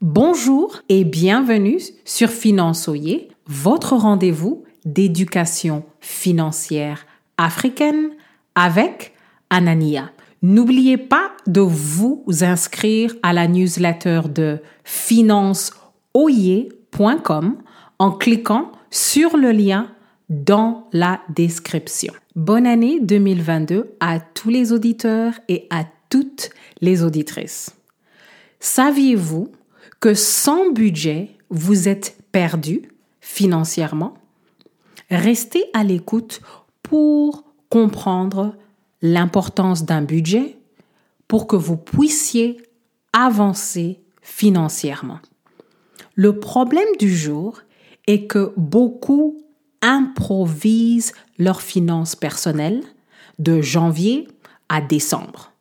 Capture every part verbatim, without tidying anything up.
Bonjour et bienvenue sur Finançoyer, votre rendez-vous d'éducation financière africaine avec Anania. N'oubliez pas de vous inscrire à la newsletter de finançoyer point com en cliquant sur le lien dans la description. Bonne année deux mille vingt-deux à tous les auditeurs et à toutes les auditrices. Saviez-vous que sans budget, vous êtes perdu financièrement? Restez à l'écoute pour comprendre l'importance d'un budget pour que vous puissiez avancer financièrement. Le problème du jour est que beaucoup improvisent leurs finances personnelles de janvier à décembre,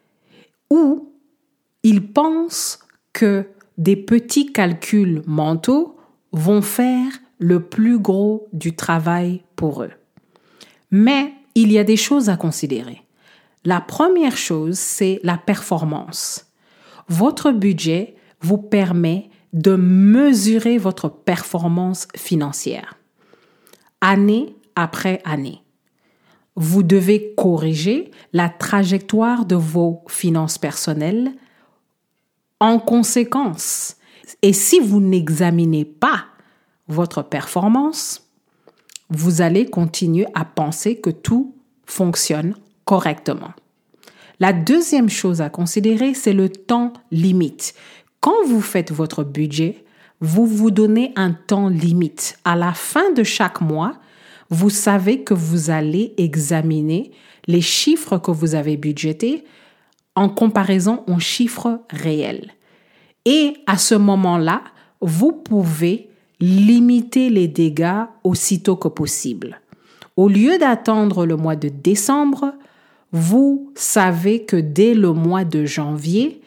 ou ils pensent que des petits calculs mentaux vont faire le plus gros du travail pour eux. Mais il y a des choses à considérer. La première chose, c'est la performance. Votre budget vous permet de mesurer votre performance financière, année après année. Vous devez corriger la trajectoire de vos finances personnelles en conséquence. Et si vous n'examinez pas votre performance, vous allez continuer à penser que tout fonctionne correctement. La deuxième chose à considérer, c'est le temps limite. Quand vous faites votre budget, vous vous donnez un temps limite. À la fin de chaque mois, vous savez que vous allez examiner les chiffres que vous avez budgétés en comparaison aux chiffres réels. Et à ce moment-là, vous pouvez limiter les dégâts aussitôt que possible. Au lieu d'attendre le mois de décembre, vous savez que dès le mois de janvier,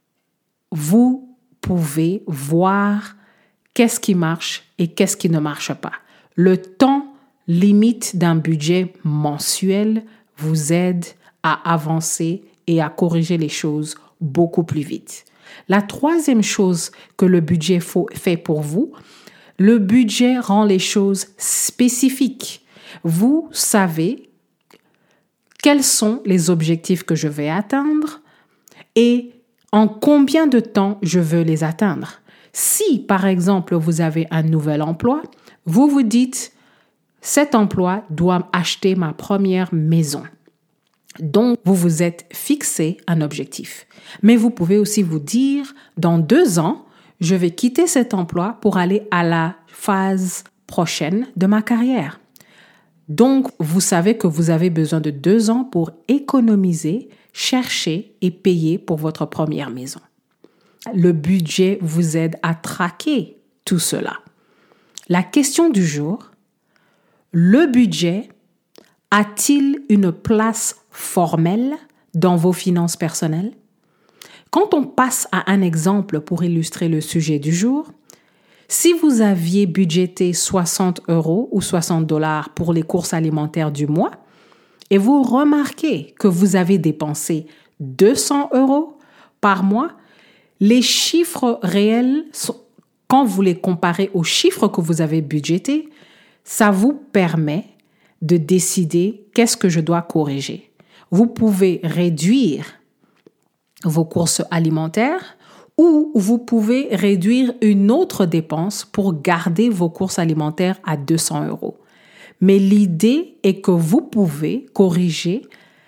vous pouvez voir qu'est-ce qui marche et qu'est-ce qui ne marche pas. Le temps limite d'un budget mensuel vous aide à avancer et à corriger les choses beaucoup plus vite. La troisième chose que le budget fait pour vous, le budget rend les choses spécifiques. Vous savez quels sont les objectifs que je vais atteindre et en combien de temps je veux les atteindre. Si, par exemple, vous avez un nouvel emploi, vous vous dites « cet emploi doit acheter ma première maison ». Donc, vous vous êtes fixé un objectif. Mais vous pouvez aussi vous dire, dans deux ans, je vais quitter cet emploi pour aller à la phase prochaine de ma carrière. Donc, vous savez que vous avez besoin de deux ans pour économiser, chercher et payer pour votre première maison. Le budget vous aide à traquer tout cela. La question du jour, le budget a-t-il une place formelle dans vos finances personnelles? Quand on passe à un exemple pour illustrer le sujet du jour, si vous aviez budgété soixante euros ou soixante dollars pour les courses alimentaires du mois et vous remarquez que vous avez dépensé deux cents euros par mois, les chiffres réels, quand vous les comparez aux chiffres que vous avez budgétés, ça vous permet de décider qu'est-ce que je dois corriger. Vous pouvez réduire vos courses alimentaires ou vous pouvez réduire une autre dépense pour garder vos courses alimentaires à deux cents euros. Mais l'idée est que vous pouvez corriger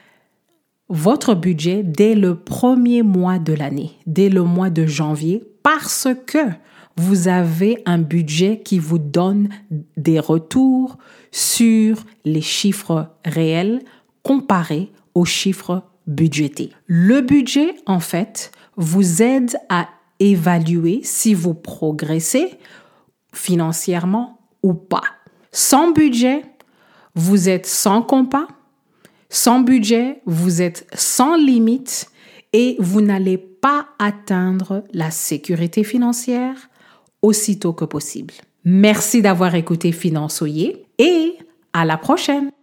votre budget dès le premier mois de l'année, dès le mois de janvier, parce que vous avez un budget qui vous donne des retours sur les chiffres réels comparés aux chiffres budgétés. Le budget, en fait, vous aide à évaluer si vous progressez financièrement ou pas. Sans budget, vous êtes sans compas. Sans budget, vous êtes sans limite et vous n'allez pas atteindre la sécurité financière aussitôt que possible. Merci d'avoir écouté Finançoyer et à la prochaine!